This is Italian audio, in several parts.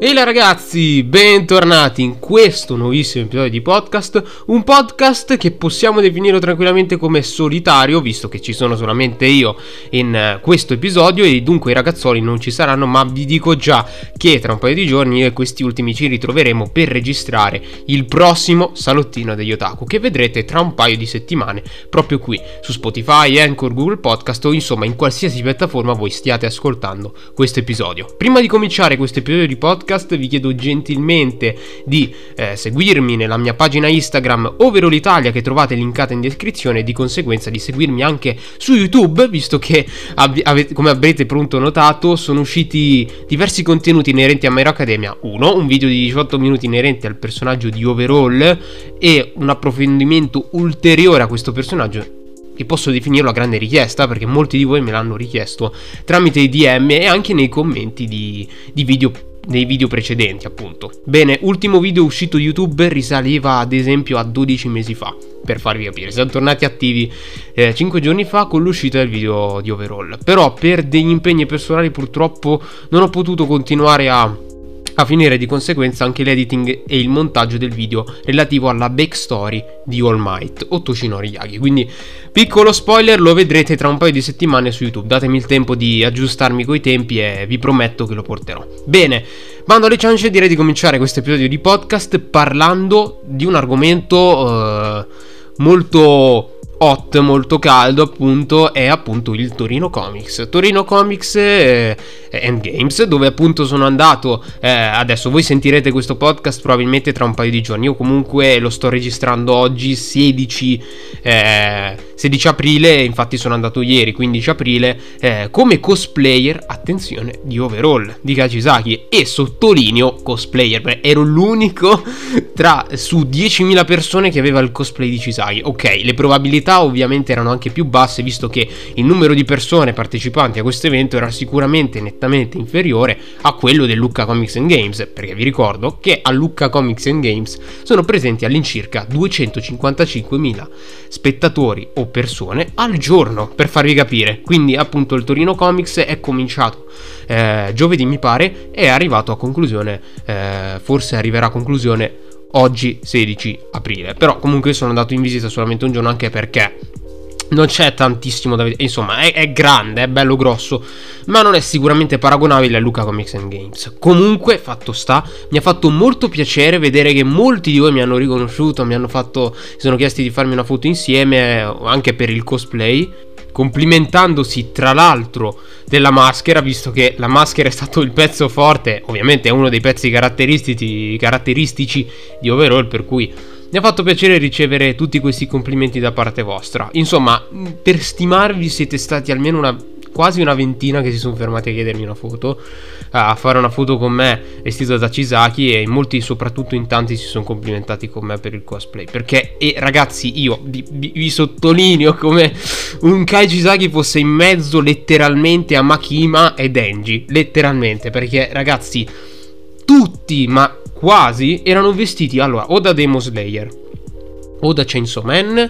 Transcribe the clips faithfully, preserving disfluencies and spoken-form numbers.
Ehi là ragazzi, bentornati in questo nuovissimo episodio di podcast. Un podcast che possiamo definire tranquillamente come solitario, visto che ci sono solamente io in questo episodio e dunque i ragazzoli non ci saranno. Ma vi dico già che tra un paio di giorni io e questi ultimi ci ritroveremo per registrare il prossimo salottino degli otaku, che vedrete tra un paio di settimane proprio qui su Spotify, Anchor, Google Podcast o insomma in qualsiasi piattaforma voi stiate ascoltando questo episodio. Prima di cominciare questo episodio di podcast vi chiedo gentilmente di eh, seguirmi nella mia pagina Instagram Overall Italia, che trovate linkata in descrizione, e di conseguenza di seguirmi anche su YouTube, visto che av- avete, come avrete pronto notato, sono usciti diversi contenuti inerenti a My Hero Academia. Uno, un video di diciotto minuti inerente al personaggio di Overall e un approfondimento ulteriore a questo personaggio, che posso definirlo a grande richiesta perché molti di voi me l'hanno richiesto tramite i D M e anche nei commenti di, di video, nei video precedenti appunto. Bene, ultimo video uscito YouTube risaliva ad esempio a dodici mesi fa, per farvi capire. Siamo tornati attivi eh, cinque giorni fa con l'uscita del video di Overall, però per degli impegni personali purtroppo non ho potuto continuare a a finire di conseguenza anche l'editing e il montaggio del video relativo alla backstory di All Might o Toshinori Yagi. Quindi piccolo spoiler, lo vedrete tra un paio di settimane su YouTube. Datemi il tempo di aggiustarmi coi tempi e vi prometto che lo porterò. Bene, bando alle ciance, direi di cominciare questo episodio di podcast parlando di un argomento eh, molto hot, molto caldo, appunto, è appunto il Torino Comics. Torino Comics eh, Endgames, dove appunto sono andato eh, adesso voi sentirete questo podcast probabilmente tra un paio di giorni. Io comunque lo sto registrando oggi sedici aprile, infatti sono andato ieri quindici aprile eh, come cosplayer, attenzione, di Overall di Kajisaki, e sottolineo cosplayer perché ero l'unico tra su diecimila persone che aveva il cosplay di Chisaki. Ok, le probabilità ovviamente erano anche più basse, visto che il numero di persone partecipanti a questo evento era sicuramente nettamente inferiore a quello del Lucca Comics and Games, perché vi ricordo che a Lucca Comics and Games sono presenti all'incirca duecentocinquantacinquemila spettatori o persone al giorno, per farvi capire. Quindi appunto il Torino Comics è cominciato eh, giovedì mi pare, e è arrivato a conclusione, eh, forse arriverà a conclusione oggi sedici aprile, però comunque sono andato in visita solamente un giorno, anche perché non c'è tantissimo da vedere. Insomma è, è grande, è bello grosso, ma non è sicuramente paragonabile a Lucca Comics and Games. Comunque fatto sta, mi ha fatto molto piacere vedere che molti di voi mi hanno riconosciuto, mi hanno fatto, si sono chiesti di farmi una foto insieme, anche per il cosplay, complimentandosi tra l'altro della maschera, visto che la maschera è stato il pezzo forte, ovviamente è uno dei pezzi caratteristici, caratteristici di Overall, per cui mi ha fatto piacere ricevere tutti questi complimenti da parte vostra. Insomma, per stimarvi siete stati almeno una quasi una ventina che si sono fermati a chiedermi una foto, a fare una foto con me vestito da Chisaki, e in molti, soprattutto in tanti, si sono complimentati con me per il cosplay, perché e ragazzi io vi, vi, vi sottolineo come un Kai Chisaki fosse in mezzo letteralmente a Makima e Denji, letteralmente, perché ragazzi tutti, ma quasi, erano vestiti allora o da Demon Slayer o da Chainsaw Man,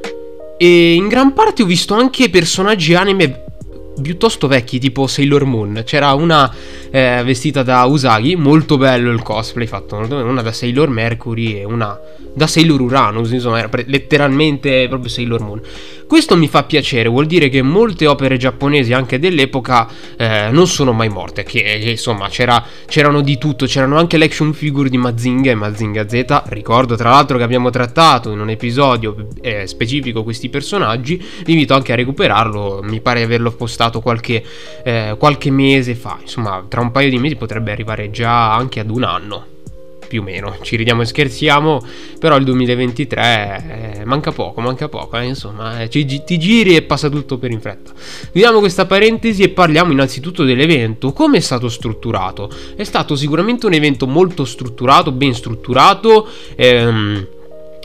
e in gran parte ho visto anche personaggi anime piuttosto vecchi, tipo Sailor Moon. C'era una eh, vestita da Usagi, molto bello il cosplay fatto, una da Sailor Mercury e una da Sailor Uranus, insomma era pre- letteralmente proprio Sailor Moon. Questo mi fa piacere, vuol dire che molte opere giapponesi anche dell'epoca eh, non sono mai morte, che, che insomma c'era, c'erano di tutto. C'erano anche l'action figure di Mazinga e Mazinga Z, ricordo tra l'altro che abbiamo trattato in un episodio eh, specifico questi personaggi. Vi invito anche a recuperarlo, mi pare di averlo postato qualche, eh, qualche mese fa. Insomma tra un paio di mesi potrebbe arrivare già anche ad un anno più o meno, ci ridiamo e scherziamo, però il duemilaventitré eh, manca poco, manca poco, eh, insomma eh, ci, ti giri e passa tutto per in fretta. Vediamo questa parentesi e parliamo innanzitutto dell'evento. Come è stato strutturato? È stato sicuramente un evento molto strutturato, ben strutturato, ehm,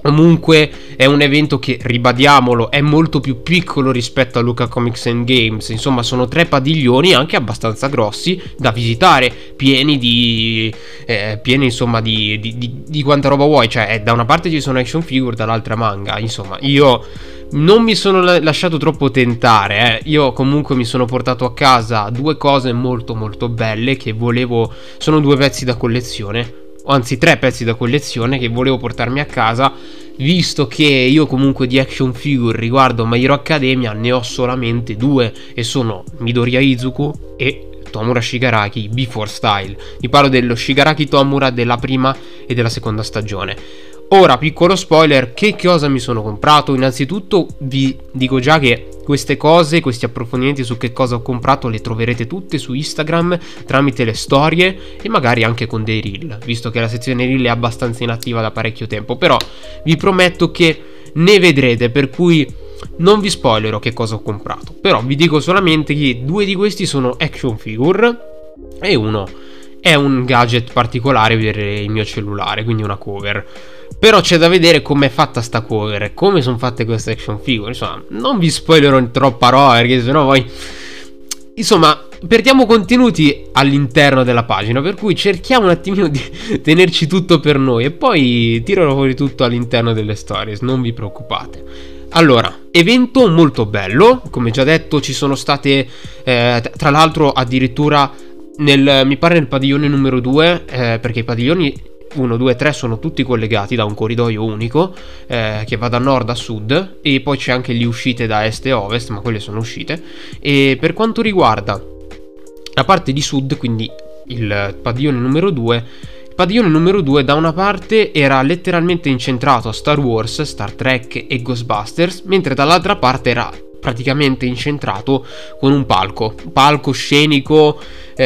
Comunque è un evento che, ribadiamolo, è molto più piccolo rispetto a Lucca Comics and Games. Insomma, sono tre padiglioni anche abbastanza grossi da visitare, pieni di eh, pieni insomma di, di, di, di quanta roba vuoi. Cioè, da una parte ci sono action figure, dall'altra manga. Insomma, io non mi sono lasciato troppo tentare, eh. Io comunque mi sono portato a casa due cose molto molto belle che volevo. Sono due pezzi da collezione, anzi tre pezzi da collezione che volevo portarmi a casa, visto che io comunque di action figure riguardo My Hero Academia ne ho solamente due, e sono Midoriya Izuku e Tomura Shigaraki Before Style. Vi parlo dello Shigaraki Tomura della prima e della seconda stagione. Ora, piccolo spoiler, che cosa mi sono comprato? Innanzitutto vi dico già che queste cose, questi approfondimenti su che cosa ho comprato le troverete tutte su Instagram tramite le storie e magari anche con dei reel, visto che la sezione reel è abbastanza inattiva da parecchio tempo. Però vi prometto che ne vedrete, per cui non vi spoilerò che cosa ho comprato. Però vi dico solamente che due di questi sono action figure e uno è un gadget particolare per il mio cellulare, quindi una cover. Però c'è da vedere com'è fatta sta cover, come sono fatte queste action figure. Insomma, non vi spoilerò in troppa roba, perché sennò poi, insomma, perdiamo contenuti all'interno della pagina, per cui cerchiamo un attimino di tenerci tutto per noi e poi tirerò fuori tutto all'interno delle stories, non vi preoccupate. Allora, evento molto bello, come già detto ci sono state, eh, tra l'altro addirittura nel, mi pare nel padiglione numero due, eh, perché i padiglioni uno, due, tre sono tutti collegati da un corridoio unico, eh, che va da nord a sud, e poi c'è anche le uscite da est e ovest, ma quelle sono uscite. E per quanto riguarda la parte di sud, quindi il padiglione numero due, il padiglione numero due da una parte era letteralmente incentrato a Star Wars, Star Trek e Ghostbusters, mentre dall'altra parte era praticamente incentrato con un palco, un palco scenico,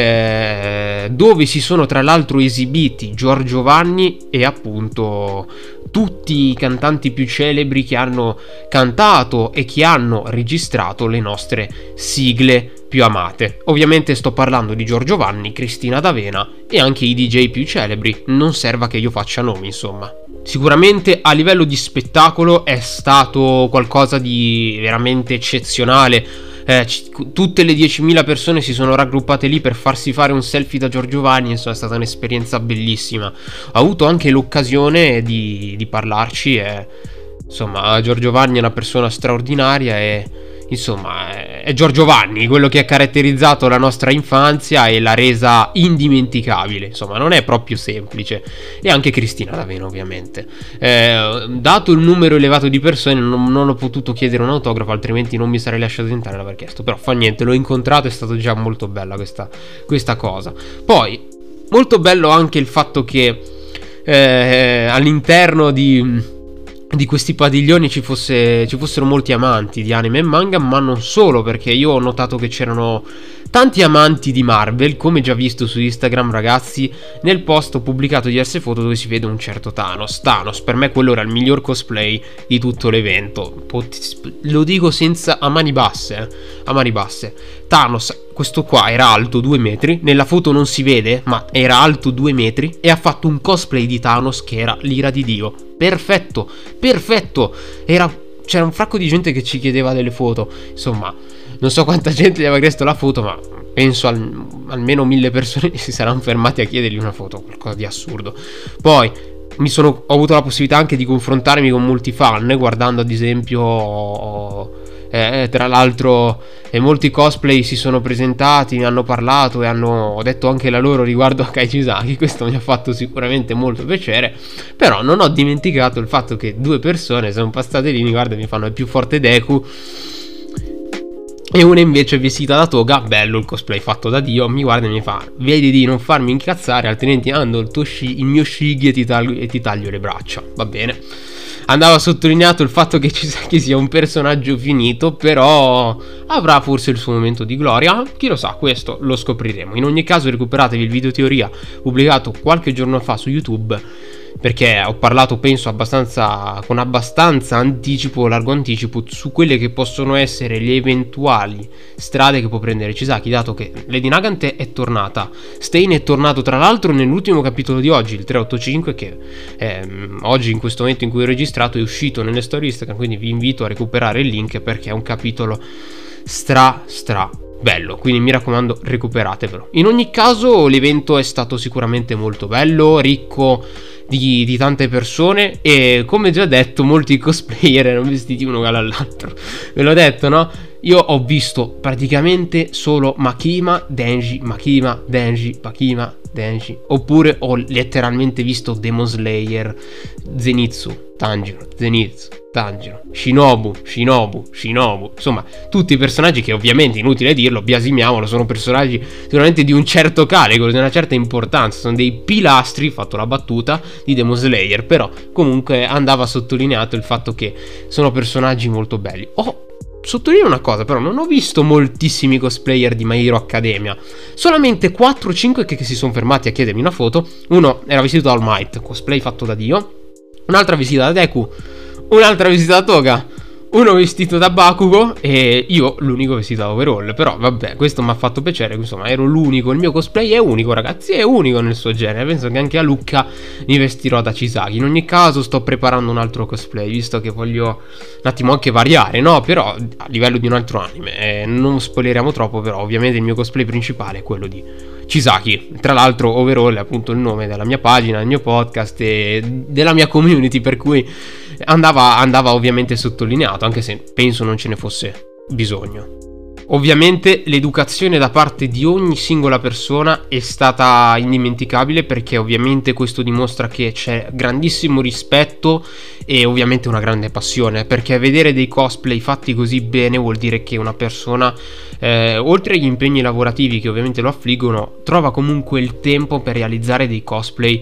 eh, dove si sono tra l'altro esibiti Giorgio Vanni e appunto tutti i cantanti più celebri che hanno cantato e che hanno registrato le nostre sigle più amate. Ovviamente sto parlando di Giorgio Vanni, Cristina D'Avena e anche i D J più celebri, non serva che io faccia nomi, insomma. Sicuramente a livello di spettacolo è stato qualcosa di veramente eccezionale. Eh, c- tutte le diecimila persone si sono raggruppate lì per farsi fare un selfie da Giorgio Vanni. Insomma, è stata un'esperienza bellissima. Ho avuto anche l'occasione di, di parlarci e, insomma, Giorgio Vanni è una persona straordinaria e, insomma, è Giorgio Vanni quello che ha caratterizzato la nostra infanzia e l'ha resa indimenticabile. Insomma, non è proprio semplice. E anche Cristina D'Avena, ovviamente. Eh, dato il numero elevato di persone, non, non ho potuto chiedere un autografo, altrimenti non mi sarei lasciato entrare, l'aver chiesto. Però fa niente, l'ho incontrato, è stato già molto bella questa, questa cosa. Poi, molto bello anche il fatto che eh, all'interno di... di questi padiglioni ci, fosse, ci fossero molti amanti di anime e manga, ma non solo, perché io ho notato che c'erano tanti amanti di Marvel, come già visto su Instagram, ragazzi. Nel post ho pubblicato diverse foto dove si vede un certo Thanos. Thanos per me quello era il miglior cosplay di tutto l'evento, lo dico senza a mani basse, eh? a mani basse. Thanos, questo qua era alto due metri, nella foto non si vede, ma era alto due metri e ha fatto un cosplay di Thanos che era l'ira di Dio. Perfetto, perfetto. Era, c'era un fracco di gente che ci chiedeva delle foto. Insomma, non so quanta gente gli aveva chiesto la foto, ma penso al, almeno mille persone si saranno fermati a chiedergli una foto, qualcosa di assurdo. Poi mi sono, ho avuto la possibilità anche di confrontarmi con molti fan, guardando ad esempio... Eh, tra l'altro eh, molti cosplay si sono presentati, mi hanno parlato e hanno detto anche la loro riguardo a Kaijisaki. Questo mi ha fatto sicuramente molto piacere. Però non ho dimenticato il fatto che due persone sono passate lì, mi guarda e mi fanno: è più forte Deku. E una invece è vestita da toga, bello il cosplay fatto da Dio, mi guarda e mi fa: vedi di non farmi incazzare, altrimenti ando il, tuo sci- il mio shiggy e ti, taglio, e ti taglio le braccia. Va bene. Andava sottolineato il fatto che ci che sia un personaggio finito, però avrà forse il suo momento di gloria, chi lo sa, questo lo scopriremo. In ogni caso recuperatevi il video teoria pubblicato qualche giorno fa su YouTube perché ho parlato penso abbastanza con abbastanza anticipo, largo anticipo, su quelle che possono essere le eventuali strade che può prendere Chisaki, dato che Lady Nagant è tornata, Stain è tornato tra l'altro nell'ultimo capitolo di oggi, il trecentoottantacinque, che ehm, oggi in questo momento in cui ho registrato è uscito nelle storie Instagram, quindi vi invito a recuperare il link perché è un capitolo stra stra bello, quindi mi raccomando recuperatevelo. In ogni caso l'evento è stato sicuramente molto bello, ricco di, di tante persone, e come già detto molti cosplayer erano vestiti uno uguale all'altro. Ve l'ho detto, no? Io ho visto praticamente solo Makima, Denji, Makima, Denji, Makima, Denji, oppure ho letteralmente visto Demon Slayer, Zenitsu, Tanjiro, Zenitsu, Tanjiro, Shinobu, Shinobu, Shinobu, insomma tutti i personaggi che ovviamente, inutile dirlo, biasimiamolo, sono personaggi sicuramente di un certo calibro, di una certa importanza, sono dei pilastri, fatto la battuta, di Demon Slayer, però comunque andava sottolineato il fatto che sono personaggi molto belli. Oh, sottolineo una cosa, però non ho visto moltissimi cosplayer di My Hero Academia, solamente quattro cinque che, che si sono fermati a chiedermi una foto. Uno era vestito da All Might, cosplay fatto da Dio, un'altra vestita da Deku, un'altra vestita da Toga, uno vestito da Bakugo e io l'unico vestito da Overall. Però vabbè, questo mi ha fatto piacere, insomma ero l'unico, il mio cosplay è unico ragazzi, è unico nel suo genere. Penso che anche a Lucca mi vestirò da Chisaki. In ogni caso sto preparando un altro cosplay, visto che voglio un attimo anche variare, no? Però a livello di un altro anime, eh, non spoileriamo troppo, però ovviamente il mio cosplay principale è quello di Chisaki. Tra l'altro Overall è appunto il nome della mia pagina, del mio podcast e della mia community, per cui andava, andava ovviamente sottolineato, anche se penso non ce ne fosse bisogno. Ovviamente l'educazione da parte di ogni singola persona è stata indimenticabile, perché ovviamente questo dimostra che c'è grandissimo rispetto e ovviamente una grande passione, perché vedere dei cosplay fatti così bene vuol dire che una persona, eh, oltre agli impegni lavorativi che ovviamente lo affliggono, trova comunque il tempo per realizzare dei cosplay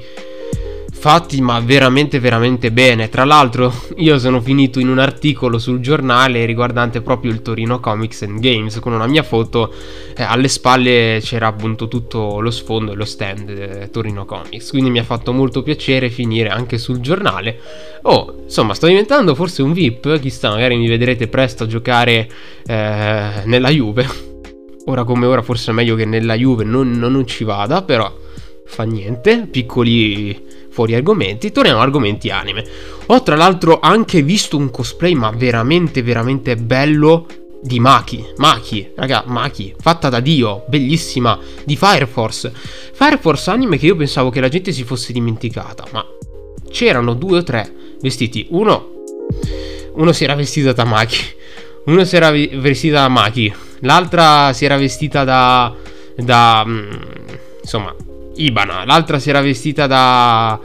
fatti ma veramente veramente bene. Tra l'altro io sono finito in un articolo sul giornale riguardante proprio il Torino Comics and Games, con una mia foto, eh, alle spalle c'era appunto tutto lo sfondo e lo stand eh, Torino Comics, quindi mi ha fatto molto piacere finire anche sul giornale. Oh, insomma, sto diventando forse un V I P, chissà, magari mi vedrete presto a giocare eh, nella Juve. Ora come ora forse è meglio che nella Juve non, non, non ci vada, però fa niente, piccoli fuori argomenti, torniamo a argomenti anime. Ho tra l'altro anche visto un cosplay ma veramente veramente bello di Maki, Maki, raga, Maki, fatta da Dio, bellissima, di Fire Force. Fire Force, anime che io pensavo che la gente si fosse dimenticata, ma c'erano due o tre vestiti, uno uno si era vestito da Maki, uno si era vestita da Maki, l'altra si era vestita da da mm, insomma Ibana, l'altra si era vestita da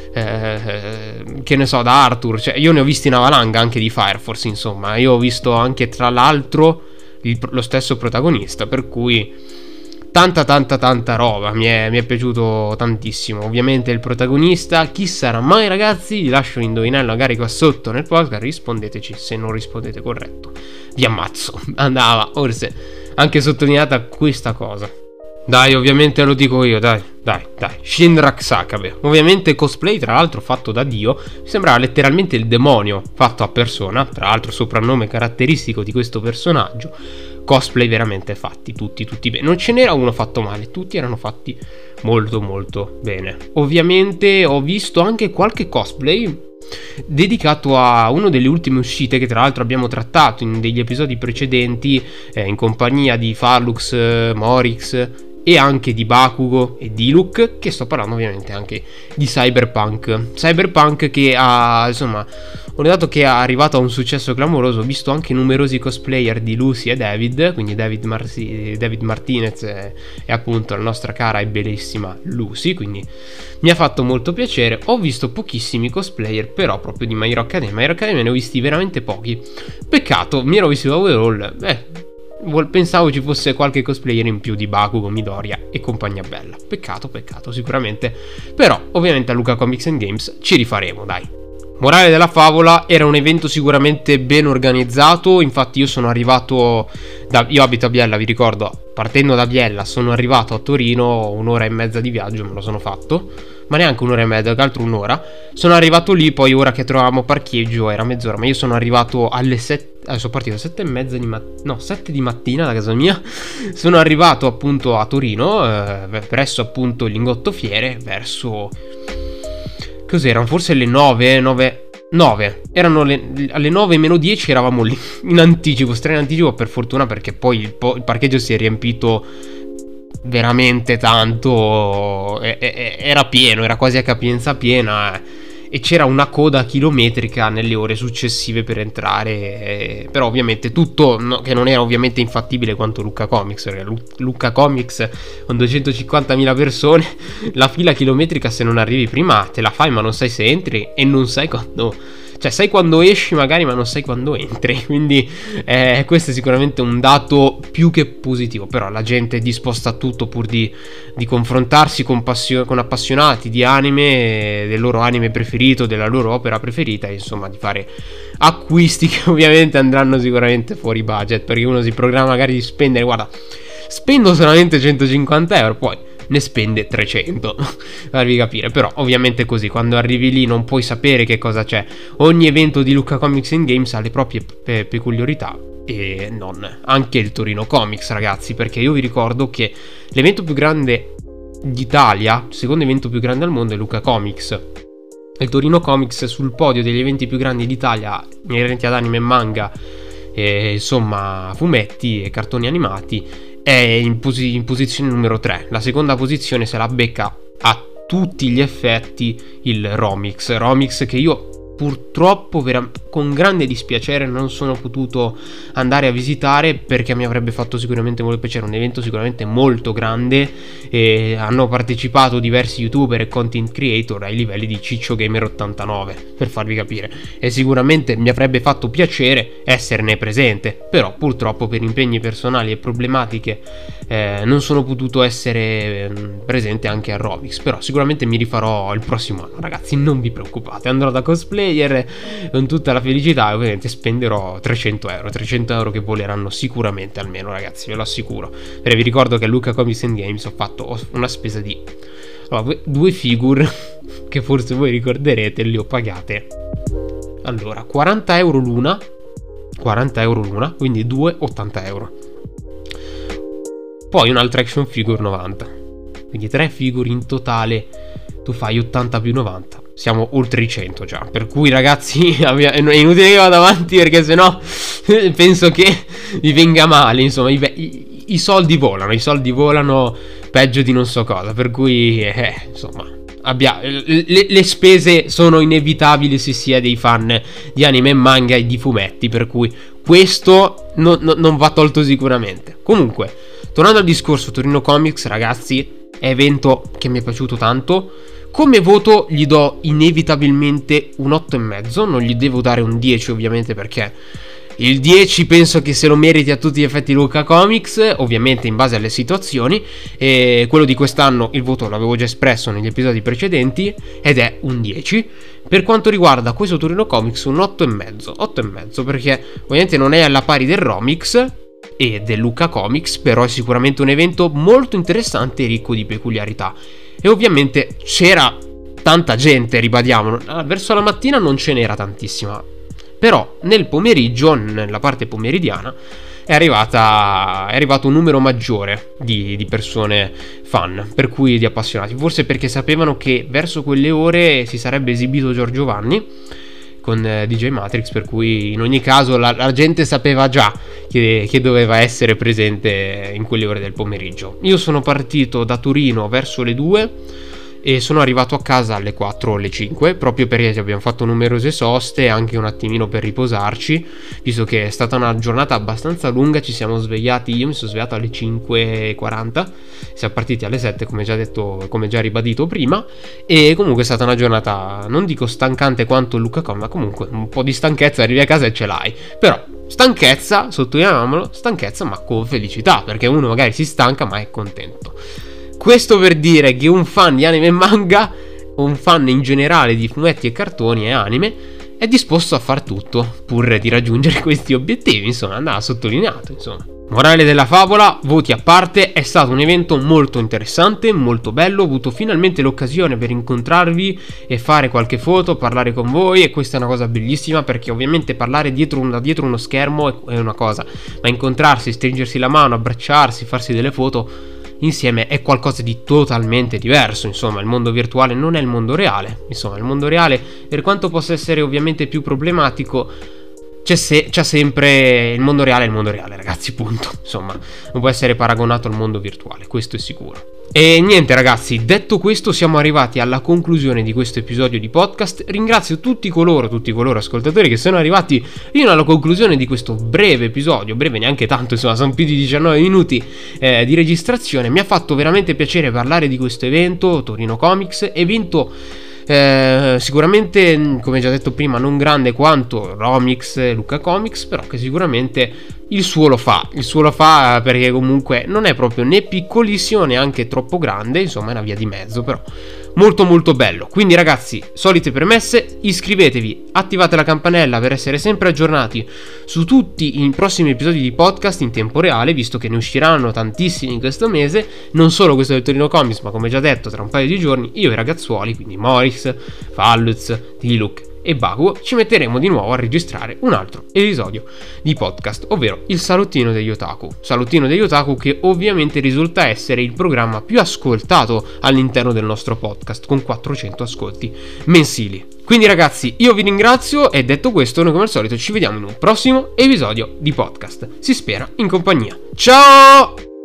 eh, che ne so, da Arthur. Cioè io ne ho visti una valanga anche di Fire Force, insomma. Io ho visto anche tra l'altro il, lo stesso protagonista, per cui tanta tanta tanta roba. Mi è, mi è piaciuto tantissimo. Ovviamente il protagonista, chi sarà mai ragazzi? Vi lascio l'indovinello magari qua sotto nel podcast, rispondeteci. Se non rispondete corretto vi ammazzo. Andava forse anche sottolineata questa cosa. Dai, ovviamente lo dico io, dai, dai, dai. Shinrak Sakabe. Ovviamente cosplay, tra l'altro fatto da Dio. Mi sembrava letteralmente il demonio fatto a persona. Tra l'altro soprannome caratteristico di questo personaggio. Cosplay veramente fatti, tutti, tutti bene. Non ce n'era uno fatto male, tutti erano fatti molto, molto bene. Ovviamente ho visto anche qualche cosplay dedicato a una delle ultime uscite, che tra l'altro abbiamo trattato in degli episodi precedenti, eh, in compagnia di Farlux, eh, Morix e anche di Bakugo e di Luke, che sto parlando ovviamente anche di Cyberpunk. Cyberpunk che ha, insomma, ho notato che è arrivato a un successo clamoroso. Ho visto anche numerosi cosplayer di Lucy e David, quindi David, Marzi, David Martinez e, e appunto la nostra cara e bellissima Lucy, quindi mi ha fatto molto piacere. Ho visto pochissimi cosplayer però proprio di My Hero Academia. My Hero Academia ne ho visti veramente pochi. Peccato, mi ero visto da Overall, eh pensavo ci fosse qualche cosplayer in più di Bakugo, Midoriya e compagnia bella. Peccato, peccato, sicuramente. Però ovviamente a Luca Comics and Games ci rifaremo, dai. Morale della favola, era un evento sicuramente ben organizzato. Infatti io sono arrivato da, io abito a Biella, vi ricordo, partendo da Biella sono arrivato a Torino, un'ora e mezza di viaggio me lo sono fatto, ma neanche un'ora e mezza, che altro un'ora. Sono arrivato lì, poi ora che trovavamo parcheggio era mezz'ora, ma io sono arrivato alle sette, eh, sono partito alle sette e mezza di mattina, no, sette di mattina da casa mia. Sono arrivato appunto a Torino, eh, presso appunto il Lingotto Fiere, verso... cos'erano? Forse le nove, nove, nove. Erano le, alle nove meno dieci eravamo lì, in anticipo, stra in anticipo per fortuna, perché poi il, po- il parcheggio si è riempito veramente tanto, e, e, era pieno, era quasi a capienza piena, e c'era una coda chilometrica nelle ore successive per entrare, eh, però ovviamente tutto, no, che non era ovviamente infattibile quanto Lucca Comics, perché Lu- Lucca Comics con duecentocinquantamila persone, la fila chilometrica, se non arrivi prima te la fai, ma non sai se entri e non sai quando, cioè sai quando esci magari, ma non sai quando entri, quindi eh, questo è sicuramente un dato più che positivo. Però la gente è disposta a tutto pur di, di confrontarsi con, passio- con appassionati di anime, del loro anime preferito, della loro opera preferita, insomma di fare acquisti che ovviamente andranno sicuramente fuori budget, perché uno si programma magari di spendere, guarda, spendo solamente centocinquanta euro, poi ne spende trecento, farvi capire. Però ovviamente così, quando arrivi lì non puoi sapere che cosa c'è. Ogni evento di Lucca Comics and Games ha le proprie pe- peculiarità, e non anche il Torino Comics, ragazzi, perché io vi ricordo che l'evento più grande d'Italia, il secondo evento più grande al mondo, è Lucca Comics. Il Torino Comics sul podio degli eventi più grandi d'Italia inerenti ad anime e manga, e insomma fumetti e cartoni animati, è in, posi- in posizione numero tre. La seconda posizione se la becca a tutti gli effetti il Romix. Romix che io purtroppo vera- con grande dispiacere non sono potuto andare a visitare, perché mi avrebbe fatto sicuramente molto piacere. Un evento sicuramente molto grande, e hanno partecipato diversi youtuber e content creator ai livelli di Ciccio Gamer ottantanove, per farvi capire, e sicuramente mi avrebbe fatto piacere esserne presente, però purtroppo per impegni personali e problematiche eh, non sono potuto essere eh, presente anche a Romix. Però sicuramente mi rifarò il prossimo anno, ragazzi, non vi preoccupate, andrò da cosplayer con tutta la felicità, e ovviamente spenderò trecento euro trecento euro che voleranno sicuramente, almeno, ragazzi, ve lo assicuro. Perché vi ricordo che a Lucca Comics and Games ho fatto una spesa di allora, due figure che forse voi ricorderete, le ho pagate allora quaranta euro l'una, quaranta euro l'una, quindi due ottanta euro. Poi un'altra action figure novanta, quindi tre figure in totale, tu fai ottanta più novanta, siamo oltre i cento già. Per cui, ragazzi, è inutile che vada avanti, perché sennò penso che vi venga male. Insomma, i, i, i soldi volano, i soldi volano peggio di non so cosa. Per cui, eh, insomma, abbia, le, le spese sono inevitabili se si è dei fan di anime e manga e di fumetti. Per cui questo no, no, non va tolto sicuramente. Comunque, tornando al discorso Torino Comics, ragazzi, è evento che mi è piaciuto tanto. Come voto gli do inevitabilmente un otto e mezzo, non gli devo dare un dieci ovviamente, perché il dieci penso che se lo meriti a tutti gli effetti Lucca Comics, ovviamente in base alle situazioni, e quello di quest'anno il voto l'avevo già espresso negli episodi precedenti ed è un dieci. Per quanto riguarda questo Torino Comics, un otto e mezzo, otto e mezzo, perché ovviamente non è alla pari del Romix e del Lucca Comics, però è sicuramente un evento molto interessante e ricco di peculiarità. E ovviamente c'era tanta gente, ribadiamo, verso la mattina non ce n'era tantissima, però nel pomeriggio, nella parte pomeridiana, è arrivata è arrivato un numero maggiore di, di persone fan, per cui di appassionati, forse perché sapevano che verso quelle ore si sarebbe esibito Giorgio Vanni con D J Matrix, per cui in ogni caso la, la gente sapeva già che, che doveva essere presente in quelle ore del pomeriggio. Io sono partito da Torino verso le due e sono arrivato a casa alle quattro o alle cinque, proprio perché abbiamo fatto numerose soste, anche un attimino per riposarci, visto che è stata una giornata abbastanza lunga. Ci siamo svegliati, io mi sono svegliato alle cinque e quaranta, siamo partiti alle sette, come già detto, come già ribadito prima, e comunque è stata una giornata, non dico stancante quanto Lucca Com, ma comunque un po' di stanchezza, arrivi a casa e ce l'hai. Però stanchezza, sottolineiamolo, stanchezza ma con felicità, perché uno magari si stanca ma è contento. Questo per dire che un fan di anime e manga o un fan in generale di fumetti e cartoni e anime, è disposto a far tutto pur di raggiungere questi obiettivi, insomma, andava sottolineato, insomma. Morale della favola, voti a parte, è stato un evento molto interessante, molto bello, ho avuto finalmente l'occasione per incontrarvi e fare qualche foto, parlare con voi, e questa è una cosa bellissima, perché ovviamente parlare dietro, un, dietro uno schermo è una cosa, ma incontrarsi, stringersi la mano, abbracciarsi, farsi delle foto insieme è qualcosa di totalmente diverso. Insomma, il mondo virtuale non è il mondo reale, insomma il mondo reale, per quanto possa essere ovviamente più problematico, C'è, se, c'è sempre il mondo reale, il mondo reale, ragazzi, punto. Insomma, non può essere paragonato al mondo virtuale, questo è sicuro. E niente, ragazzi, detto questo, siamo arrivati alla conclusione di questo episodio di podcast. Ringrazio tutti coloro, tutti coloro ascoltatori che sono arrivati fino alla conclusione di questo breve episodio, breve neanche tanto, insomma, sono più di diciannove minuti eh, di registrazione. Mi ha fatto veramente piacere parlare di questo evento, Torino Comics, evento Eh, sicuramente, come già detto prima, non grande quanto Romix, Lucca Comics, però che sicuramente il suo lo fa, il suo lo fa perché comunque non è proprio né piccolissimo neanche troppo grande, insomma è una via di mezzo, però molto molto bello. Quindi ragazzi, solite premesse, iscrivetevi, attivate la campanella per essere sempre aggiornati su tutti i prossimi episodi di podcast in tempo reale, visto che ne usciranno tantissimi in questo mese, non solo questo del Torino Comics, ma come già detto tra un paio di giorni io e i ragazzuoli, quindi Morix, Falluz, Tiluk e Bakugo, ci metteremo di nuovo a registrare un altro episodio di podcast, ovvero il Salottino degli Otaku. Salottino degli Otaku che ovviamente risulta essere il programma più ascoltato all'interno del nostro podcast, con quattrocento ascolti mensili. Quindi ragazzi, io vi ringrazio e detto questo, noi come al solito ci vediamo in un prossimo episodio di podcast. Si spera in compagnia. Ciao!